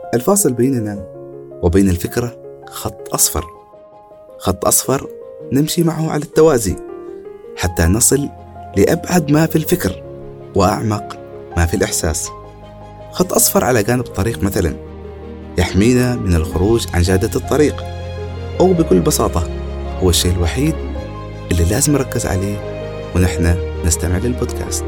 الفاصل بيننا وبين الفكرة خط أصفر، خط أصفر نمشي معه على التوازي حتى نصل لأبعد ما في الفكر وأعمق ما في الإحساس. خط أصفر على جانب الطريق مثلا يحمينا من الخروج عن جادة الطريق، أو بكل بساطة هو الشيء الوحيد اللي لازم نركز عليه ونحن نستمع للبودكاست.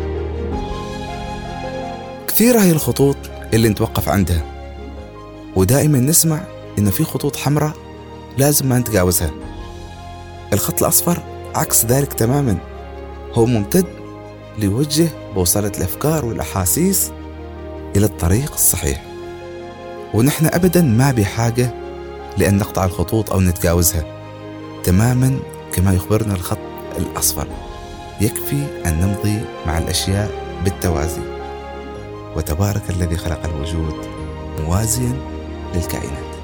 كثيرة هي الخطوط اللي نتوقف عندها، ودائما نسمع إن في خطوط حمراء لازم ما نتجاوزها. الخط الأصفر عكس ذلك تماما، هو ممتد ليوجه بوصلة الأفكار والأحاسيس إلى الطريق الصحيح، ونحن أبدا ما بحاجة لأن نقطع الخطوط أو نتجاوزها، تماما كما يخبرنا الخط الأصفر. يكفي أن نمضي مع الأشياء بالتوازي، وتبارك الذي خلق الوجود موازيا للكائنات.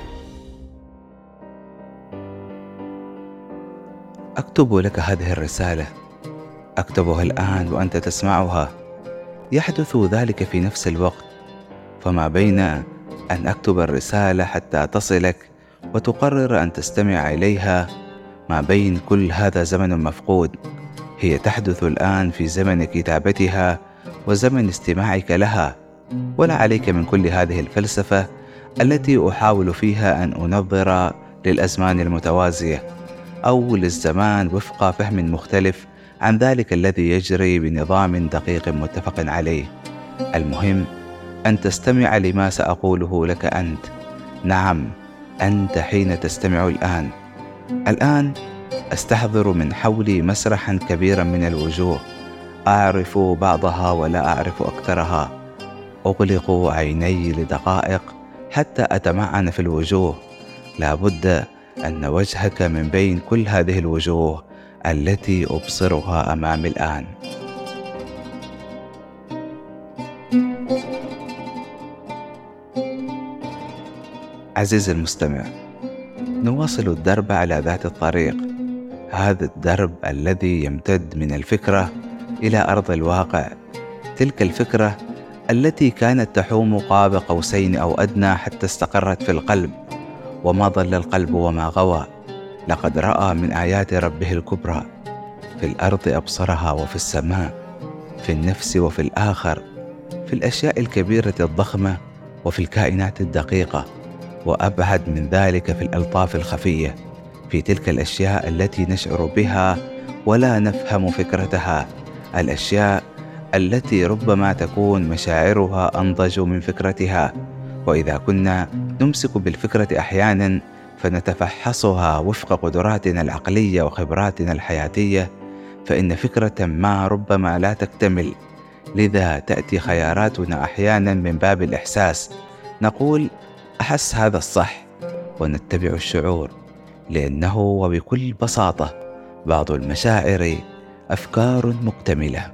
أكتب لك هذه الرسالة، أكتبها الآن وأنت تسمعها. يحدث ذلك في نفس الوقت، فما بين أن أكتب الرسالة حتى تصلك وتقرر أن تستمع إليها، ما بين كل هذا زمن مفقود. هي تحدث الآن في زمن كتابتها وزمن استماعك لها، ولا عليك من كل هذه الفلسفة التي أحاول فيها أن أنظر للأزمان المتوازية أو للزمان وفق فهم مختلف عن ذلك الذي يجري بنظام دقيق متفق عليه. المهم أن تستمع لما سأقوله لك أنت. نعم، أنت حين تستمع الآن أستحضر من حولي مسرحا كبيرا من الوجوه، أعرف بعضها ولا أعرف أكثرها. أغلق عيني لدقائق حتى أتمعن في الوجوه. لابد أن وجهك من بين كل هذه الوجوه التي أبصرها أمامي الآن. عزيزي المستمع، نواصل الدرب على ذات الطريق، هذا الدرب الذي يمتد من الفكرة إلى أرض الواقع، تلك الفكرة التي كانت تحوم قاب قوسين أو أدنى حتى استقرت في القلب، وما ضل القلب وما غوى. لقد رأى من آيات ربه الكبرى، في الأرض أبصرها وفي السماء، في النفس وفي الآخر، في الأشياء الكبيرة الضخمة وفي الكائنات الدقيقة، وأبعد من ذلك في الألطاف الخفية، في تلك الأشياء التي نشعر بها ولا نفهم فكرتها، الأشياء التي ربما تكون مشاعرها أنضج من فكرتها. وإذا كنا نمسك بالفكرة أحيانا فنتفحصها وفق قدراتنا العقلية وخبراتنا الحياتية، فإن فكرة ما ربما لا تكتمل، لذا تأتي خياراتنا أحيانا من باب الإحساس، نقول أحس هذا الصح ونتبع الشعور، لأنه وبكل بساطة بعض المشاعر أفكار مكتملة.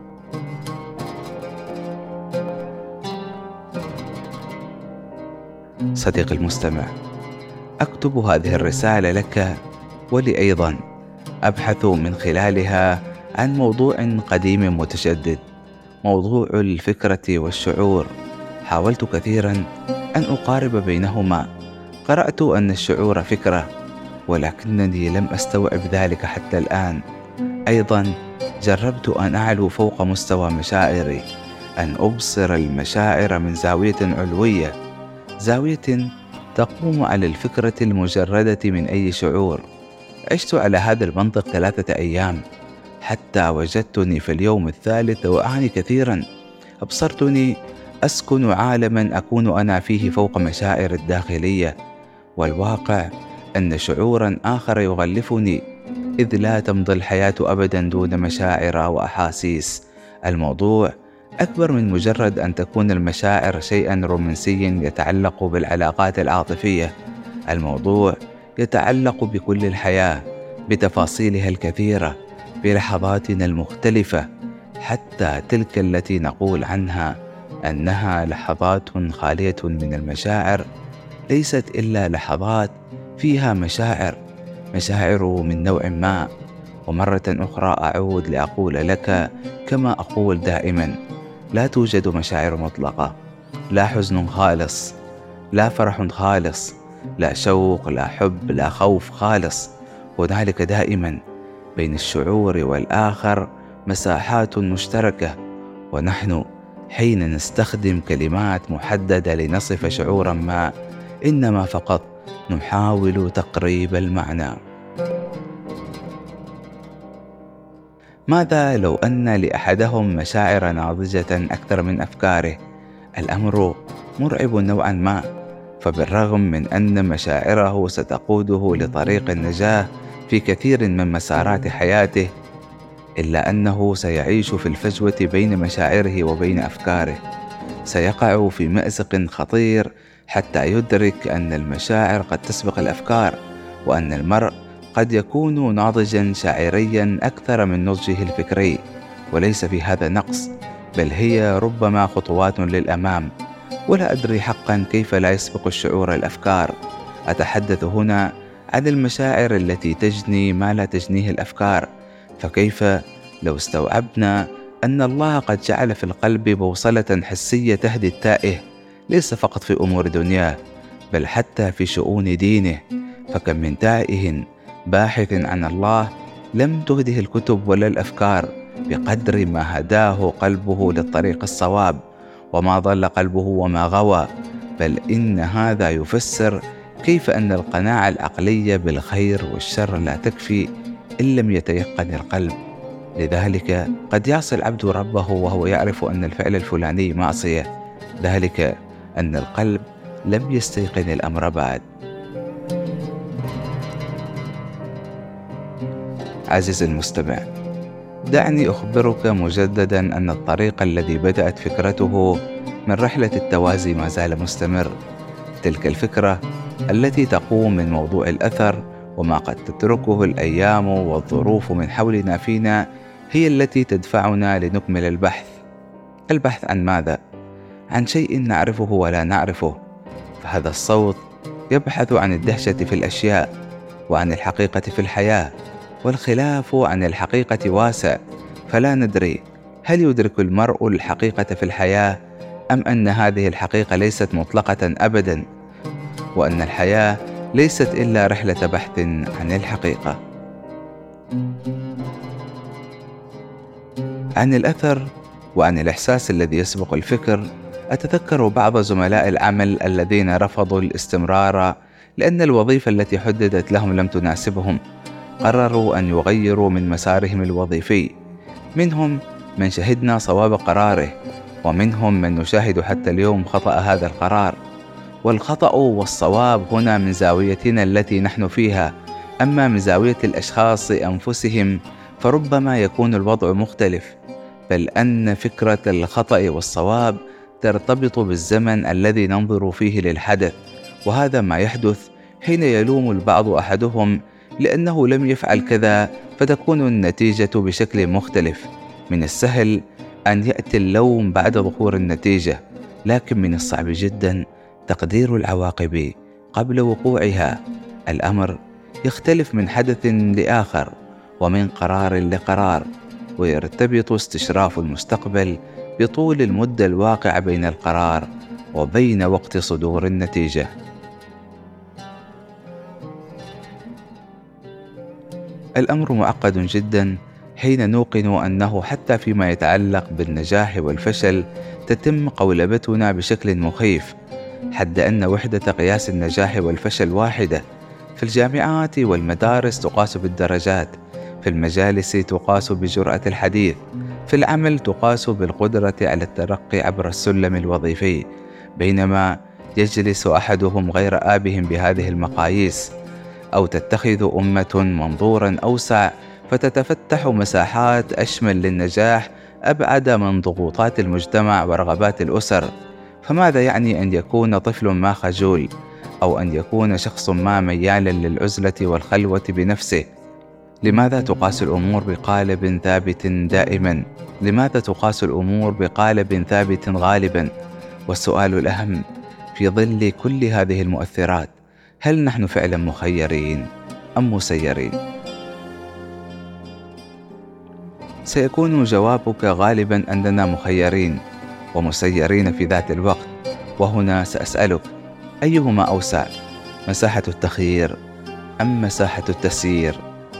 صديقي المستمع، أكتب هذه الرسالة لك ولي أيضا، أبحث من خلالها عن موضوع قديم متجدد، موضوع الفكرة والشعور. حاولت كثيرا أن أقارب بينهما، قرأت أن الشعور فكرة، ولكنني لم أستوعب ذلك حتى الآن. أيضا جربت أن أعلو فوق مستوى مشاعري، أن أبصر المشاعر من زاوية علوية، زاوية تقوم على الفكرة المجردة من أي شعور. عشت على هذا المنطق 3 أيام حتى وجدتني في اليوم الثالث وأعني كثيرا. أبصرتني أسكن عالما أكون أنا فيه فوق مشاعر الداخلية، والواقع أن شعورا آخر يغلفني، إذ لا تمضي الحياة أبدا دون مشاعر وأحاسيس. الموضوع أكبر من مجرد أن تكون المشاعر شيئا رومانسيا يتعلق بالعلاقات العاطفية. الموضوع يتعلق بكل الحياة، بتفاصيلها الكثيرة، بلحظاتنا المختلفة، حتى تلك التي نقول عنها أنها لحظات خالية من المشاعر، ليست إلا لحظات فيها مشاعر من نوع ما. ومرة أخرى أعود لأقول لك كما أقول دائما، لا توجد مشاعر مطلقة، لا حزن خالص، لا فرح خالص، لا شوق، لا حب، لا خوف خالص. هنالك دائما بين الشعور والآخر مساحات مشتركة، ونحن حين نستخدم كلمات محددة لنصف شعورا ما إنما فقط نحاول تقريب المعنى. ماذا لو أن لأحدهم مشاعر ناضجة أكثر من أفكاره؟ الأمر مرعب نوعا ما، فبالرغم من أن مشاعره ستقوده لطريق النجاة في كثير من مسارات حياته، إلا أنه سيعيش في الفجوة بين مشاعره وبين أفكاره، سيقع في مأزق خطير حتى يدرك أن المشاعر قد تسبق الأفكار، وأن المرء قد يكون ناضجا شاعريا أكثر من نضجه الفكري. وليس في هذا نقص، بل هي ربما خطوات للأمام. ولا أدري حقا كيف لا يسبق الشعور الأفكار. أتحدث هنا عن المشاعر التي تجني ما لا تجنيه الأفكار. فكيف لو استوعبنا أن الله قد جعل في القلب بوصلة حسية تهدي التائه، ليس فقط في أمور دنياه بل حتى في شؤون دينه؟ فكم من تائه باحث عن الله لم تهده الكتب ولا الأفكار بقدر ما هداه قلبه للطريق الصواب، وما ضل قلبه وما غوى. بل إن هذا يفسر كيف أن القناعة العقلية بالخير والشر لا تكفي إن لم يتيقن القلب. لذلك قد يعصي العبد ربه وهو يعرف أن الفعل الفلاني معصية، ذلك أن القلب لم يستيقن الأمر بعد. عزيزي المستمع، دعني أخبرك مجددا أن الطريق الذي بدأت فكرته من رحلة التوازي ما زال مستمر. تلك الفكرة التي تقوم من موضوع الأثر وما قد تتركه الأيام والظروف من حولنا فينا هي التي تدفعنا لنكمل البحث عن ماذا؟ عن شيء نعرفه ولا نعرفه. فهذا الصوت يبحث عن الدهشة في الأشياء وعن الحقيقة في الحياة، والخلاف عن الحقيقة واسع، فلا ندري هل يدرك المرء الحقيقة في الحياة أم أن هذه الحقيقة ليست مطلقة أبدا، وأن الحياة ليست إلا رحلة بحث عن الحقيقة. عن الأثر وعن الإحساس الذي يسبق الفكر، أتذكر بعض زملاء العمل الذين رفضوا الاستمرار لأن الوظيفة التي حددت لهم لم تناسبهم. قرروا أن يغيروا من مسارهم الوظيفي. منهم من شهدنا صواب قراره، ومنهم من نشاهد حتى اليوم خطأ هذا القرار. والخطأ والصواب هنا من زاويتنا التي نحن فيها، أما من زاوية الأشخاص أنفسهم فربما يكون الوضع مختلف. بل أن فكرة الخطأ والصواب ترتبط بالزمن الذي ننظر فيه للحدث، وهذا ما يحدث حين يلوم البعض أحدهم لأنه لم يفعل كذا، فتكون النتيجة بشكل مختلف. من السهل أن يأتي اللوم بعد ظهور النتيجة، لكن من الصعب جدا تقدير العواقب قبل وقوعها. الأمر يختلف من حدث لآخر ومن قرار لقرار، ويرتبط استشراف المستقبل بطول المدة الواقعة بين القرار وبين وقت صدور النتيجة. الأمر معقد جدا حين نوقن أنه حتى فيما يتعلق بالنجاح والفشل تتم قولبتنا بشكل مخيف، حتى أن وحدة قياس النجاح والفشل واحدة. في الجامعات والمدارس تقاس بالدرجات، في المجالس تقاس بجرأة الحديث، في العمل تقاس بالقدرة على الترقي عبر السلم الوظيفي، بينما يجلس أحدهم غير آبهم بهذه المقاييس. أو تتخذ أمة منظورا أوسع فتتفتح مساحات أشمل للنجاح أبعد من ضغوطات المجتمع ورغبات الأسر. فماذا يعني أن يكون طفل ما خجول، أو أن يكون شخص ما ميالا للعزلة والخلوة بنفسه؟ لماذا تقاس الأمور بقالب ثابت دائما؟ لماذا تقاس الأمور بقالب ثابت غالبا؟ والسؤال الأهم في ظل كل هذه المؤثرات، هل نحن فعلا مخيرين أم مسيرين؟ سيكون جوابك غالبا أننا مخيرين ومسيرين في ذات الوقت. وهنا سأسألك، أيهما أوسع، مساحة التخيير أم مساحة التسيير؟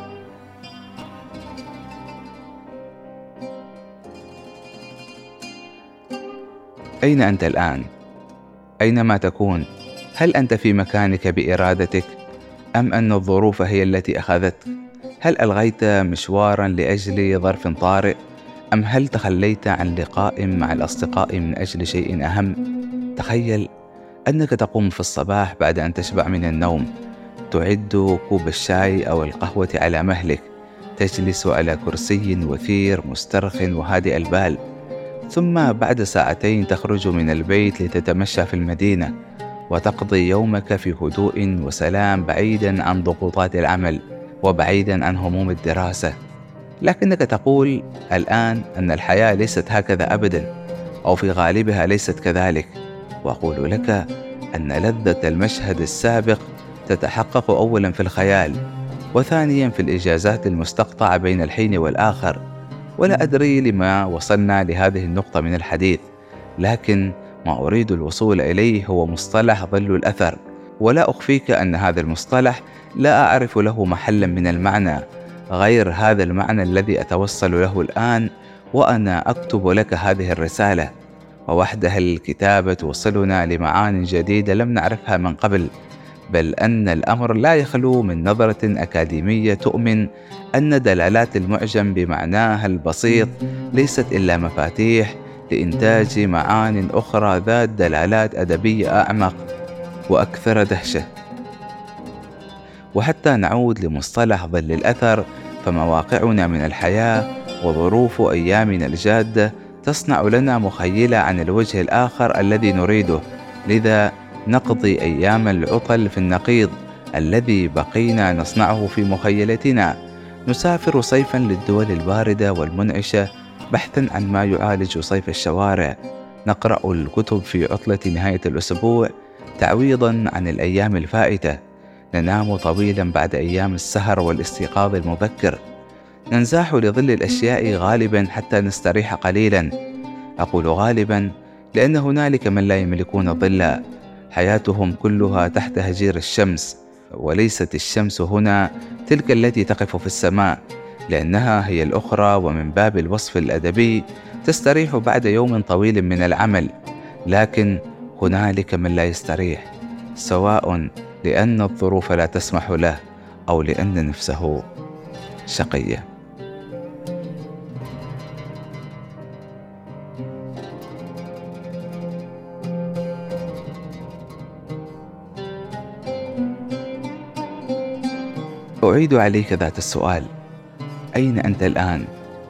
أين أنت الآن؟ أينما تكون، هل أنت في مكانك بإرادتك؟ أم أن الظروف هي التي أخذتك؟ هل ألغيت مشوارا لأجل ظرف طارئ؟ أم هل تخليت عن لقاء مع الأصدقاء من أجل شيء أهم؟ تخيل أنك تقوم في الصباح بعد أن تشبع من النوم، تعد كوب الشاي أو القهوة على مهلك، تجلس على كرسي وثير مسترخٍ وهادئ البال، ثم بعد ساعتين تخرج من البيت لتتمشى في المدينة وتقضي يومك في هدوء وسلام بعيدا عن ضغوطات العمل وبعيدا عن هموم الدراسة. لكنك تقول الآن أن الحياة ليست هكذا أبدا، أو في غالبها ليست كذلك، وأقول لك أن لذة المشهد السابق تتحقق أولا في الخيال، وثانيا في الإجازات المستقطعة بين الحين والآخر. ولا أدري لما وصلنا لهذه النقطة من الحديث، لكن ما أريد الوصول إليه هو مصطلح ظل الأثر، ولا أخفيك أن هذا المصطلح لا أعرف له محلا من المعنى غير هذا المعنى الذي أتوصل له الآن وأنا أكتب لك هذه الرسالة. ووحدها الكتابة توصلنا لمعان جديدة لم نعرفها من قبل، بل أن الأمر لا يخلو من نظرة أكاديمية تؤمن أن دلالات المعجم بمعناها البسيط ليست إلا مفاتيح لإنتاج معان أخرى ذات دلالات أدبية أعمق وأكثر دهشة. وحتى نعود لمصطلح ظل الأثر، فمواقعنا من الحياة وظروف أيامنا الجادة تصنع لنا مخيلة عن الوجه الآخر الذي نريده، لذا نقضي أيام العطل في النقيض الذي بقينا نصنعه في مخيلتنا. نسافر صيفا للدول الباردة والمنعشة بحثا عن ما يعالج صيف الشوارع، نقرأ الكتب في عطلة نهاية الأسبوع تعويضا عن الأيام الفائتة، ننام طويلا بعد أيام السهر والاستيقاظ المبكر، ننزاح لظل الأشياء غالبا حتى نستريح قليلا. أقول غالبا لأن هنالك من لا يملكون ظلا، حياتهم كلها تحت هجير الشمس، وليست الشمس هنا تلك التي تقف في السماء، لأنها هي الأخرى، ومن باب الوصف الأدبي تستريح بعد يوم طويل من العمل. لكن هنالك من لا يستريح، سواء لأن الظروف لا تسمح له أو لأن نفسه شقية. أعيد عليك ذات السؤال: أين أنت الآن؟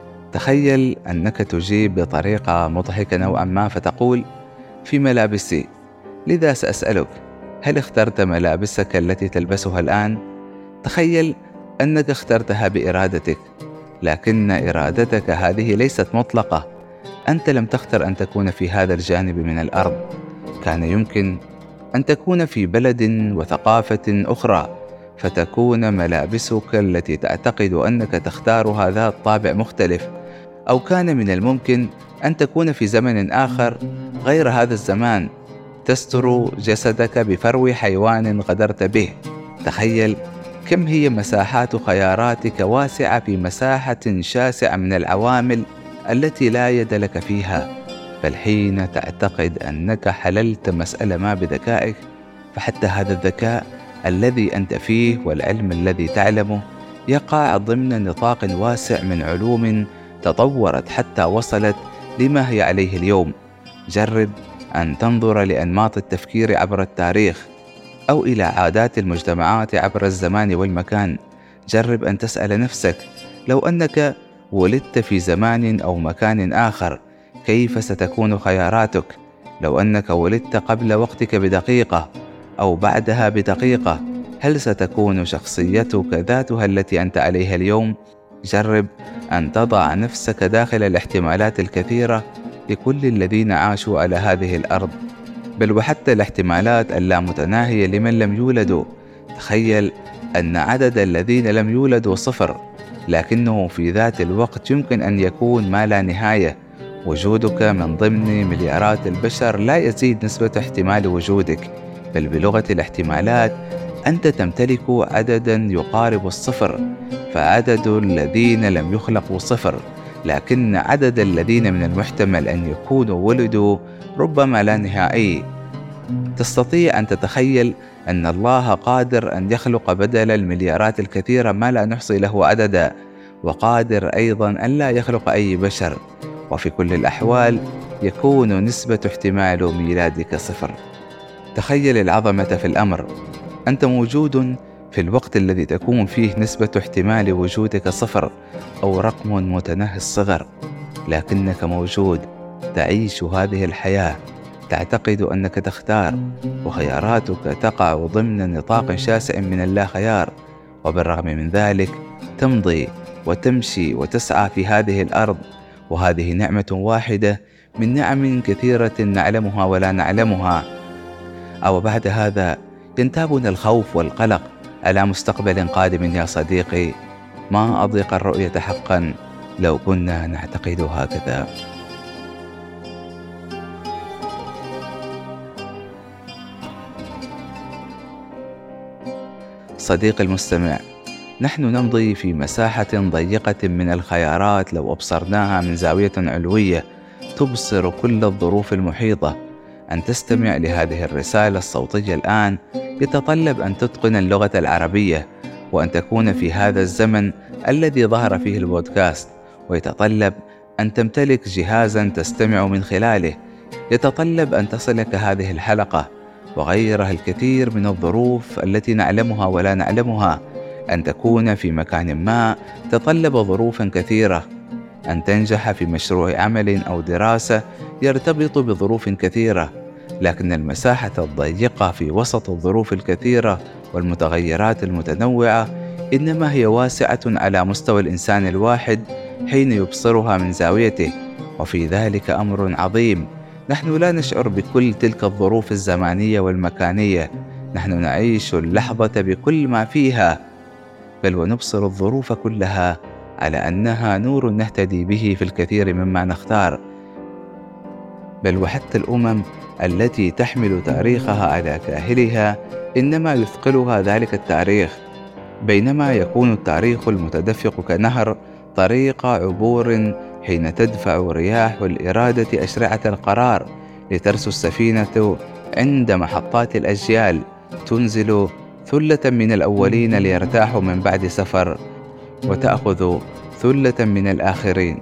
تخيل أنك تجيب بطريقة مضحكة نوعا ما فتقول: في ملابسي. لذا سأسألك: هل اخترت ملابسك التي تلبسها الآن؟ تخيل أنك اخترتها بإرادتك، لكن إرادتك هذه ليست مطلقة. أنت لم تختر أن تكون في هذا الجانب من الأرض، كان يمكن أن تكون في بلد وثقافة أخرى، فتكون ملابسك التي تعتقد أنك تختارها ذات طابع مختلف، أو كان من الممكن أن تكون في زمن آخر غير هذا الزمان، تستر جسدك بفرو حيوان غدرت به. تخيل كم هي مساحات خياراتك واسعة في مساحة شاسعة من العوامل التي لا يد لك فيها. فالحين تعتقد أنك حللت مسألة ما بذكائك، فحتى هذا الذكاء الذي أنت فيه والعلم الذي تعلمه يقع ضمن نطاق واسع من علوم تطورت حتى وصلت لما هي عليه اليوم. جرب أن تنظر لأنماط التفكير عبر التاريخ، أو إلى عادات المجتمعات عبر الزمان والمكان. جرب أن تسأل نفسك: لو أنك ولدت في زمان أو مكان آخر، كيف ستكون خياراتك؟ لو أنك ولدت قبل وقتك بدقيقة أو بعدها بدقيقة، هل ستكون شخصيتك ذاتها التي أنت عليها اليوم؟ جرب أن تضع نفسك داخل الاحتمالات الكثيرة لكل الذين عاشوا على هذه الأرض، بل وحتى الاحتمالات اللامتناهية لمن لم يولدوا. تخيل أن عدد الذين لم يولدوا 0، لكنه في ذات الوقت يمكن أن يكون ما لا نهاية. وجودك من ضمن مليارات البشر لا يزيد نسبة احتمال وجودك، بل بلغة الاحتمالات أنت تمتلك عددا يقارب الصفر، فعدد الذين لم يخلقوا صفر، لكن عدد الذين من المحتمل أن يكونوا ولدوا ربما لا نهائي. تستطيع أن تتخيل أن الله قادر أن يخلق بدل المليارات الكثيرة ما لا نحصي له عددا، وقادر أيضا أن لا يخلق أي بشر، وفي كل الأحوال يكون نسبة احتمال ميلادك صفر. تخيل العظمة في الأمر، أنت موجود في الوقت الذي تكون فيه نسبة احتمال وجودك صفر أو رقم متناهي الصغر، لكنك موجود تعيش هذه الحياة، تعتقد أنك تختار، وخياراتك تقع ضمن نطاق شاسع من اللا خيار، وبالرغم من ذلك تمضي وتمشي وتسعى في هذه الأرض، وهذه نعمة واحدة من نعم كثيرة نعلمها ولا نعلمها. أو بعد هذا ينتابنا الخوف والقلق على مستقبل قادم يا صديقي. ما أضيق الرؤية حقا لو كنا نعتقد هكذا. صديقي المستمع، نحن نمضي في مساحة ضيقة من الخيارات. لو أبصرناها من زاوية علوية تبصر كل الظروف المحيطة. أن تستمع لهذه الرسالة الصوتية الآن يتطلب أن تتقن اللغة العربية، وأن تكون في هذا الزمن الذي ظهر فيه البودكاست، ويتطلب أن تمتلك جهازا تستمع من خلاله. يتطلب أن تصلك هذه الحلقة وغيرها الكثير من الظروف التي نعلمها ولا نعلمها. أن تكون في مكان ما تطلب ظروفا كثيرة. أن تنجح في مشروع عمل أو دراسة يرتبط بظروف كثيرة، لكن المساحة الضيقة في وسط الظروف الكثيرة والمتغيرات المتنوعة إنما هي واسعة على مستوى الإنسان الواحد حين يبصرها من زاويته، وفي ذلك أمر عظيم. نحن لا نشعر بكل تلك الظروف الزمانية والمكانية، نحن نعيش اللحظة بكل ما فيها، بل ونبصر الظروف كلها على أنها نور نهتدي به في الكثير مما نختار. بل وحتى الأمم التي تحمل تاريخها على كاهلها إنما يثقلها ذلك التاريخ، بينما يكون التاريخ المتدفق كنهر طريق عبور حين تدفع رياح الإرادة أشرعة القرار لترسو السفينة عند محطات الأجيال، تنزل ثلة من الأولين ليرتاحوا من بعد سفر، وتأخذ ثلة من الآخرين.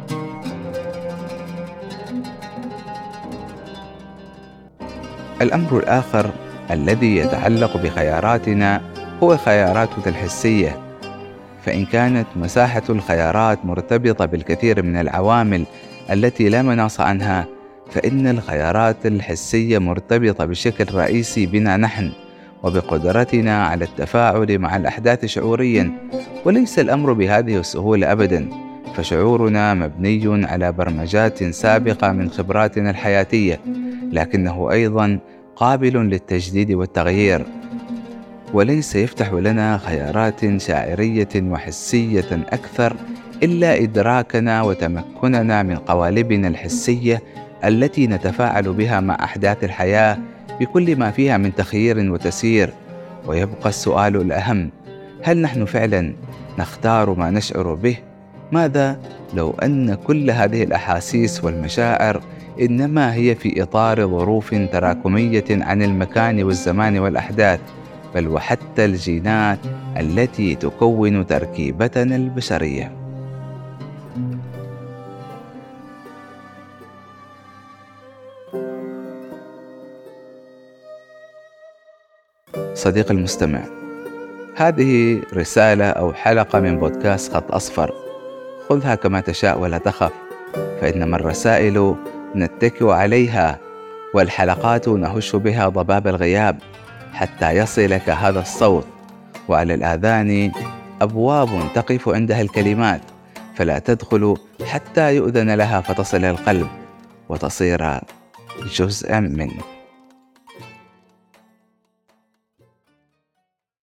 الأمر الآخر الذي يتعلق بخياراتنا هو خياراتنا الحسية. فإن كانت مساحة الخيارات مرتبطة بالكثير من العوامل التي لا مناص عنها، فإن الخيارات الحسية مرتبطة بشكل رئيسي بنا نحن وبقدرتنا على التفاعل مع الأحداث شعوريا. وليس الأمر بهذه السهولة أبدا، فشعورنا مبني على برمجات سابقة من خبراتنا الحياتية، لكنه أيضا قابل للتجديد والتغيير. وليس يفتح لنا خيارات شاعرية وحسية أكثر إلا إدراكنا وتمكننا من قوالبنا الحسية التي نتفاعل بها مع أحداث الحياة بكل ما فيها من تخيير وتسيير. ويبقى السؤال الأهم: هل نحن فعلا نختار ما نشعر به؟ ماذا لو أن كل هذه الأحاسيس والمشاعر إنما هي في إطار ظروف تراكمية عن المكان والزمان والأحداث، بل وحتى الجينات التي تكون تركيبتنا البشرية؟ صديق المستمع، هذه رسالة أو حلقة من بودكاست خط أصفر، خذها كما تشاء ولا تخف، فإنما الرسائل نتكئ عليها والحلقات نهش بها ضباب الغياب حتى يصلك هذا الصوت. وعلى الآذان أبواب تقف عندها الكلمات، فلا تدخل حتى يؤذن لها فتصل القلب وتصير جزءا منه.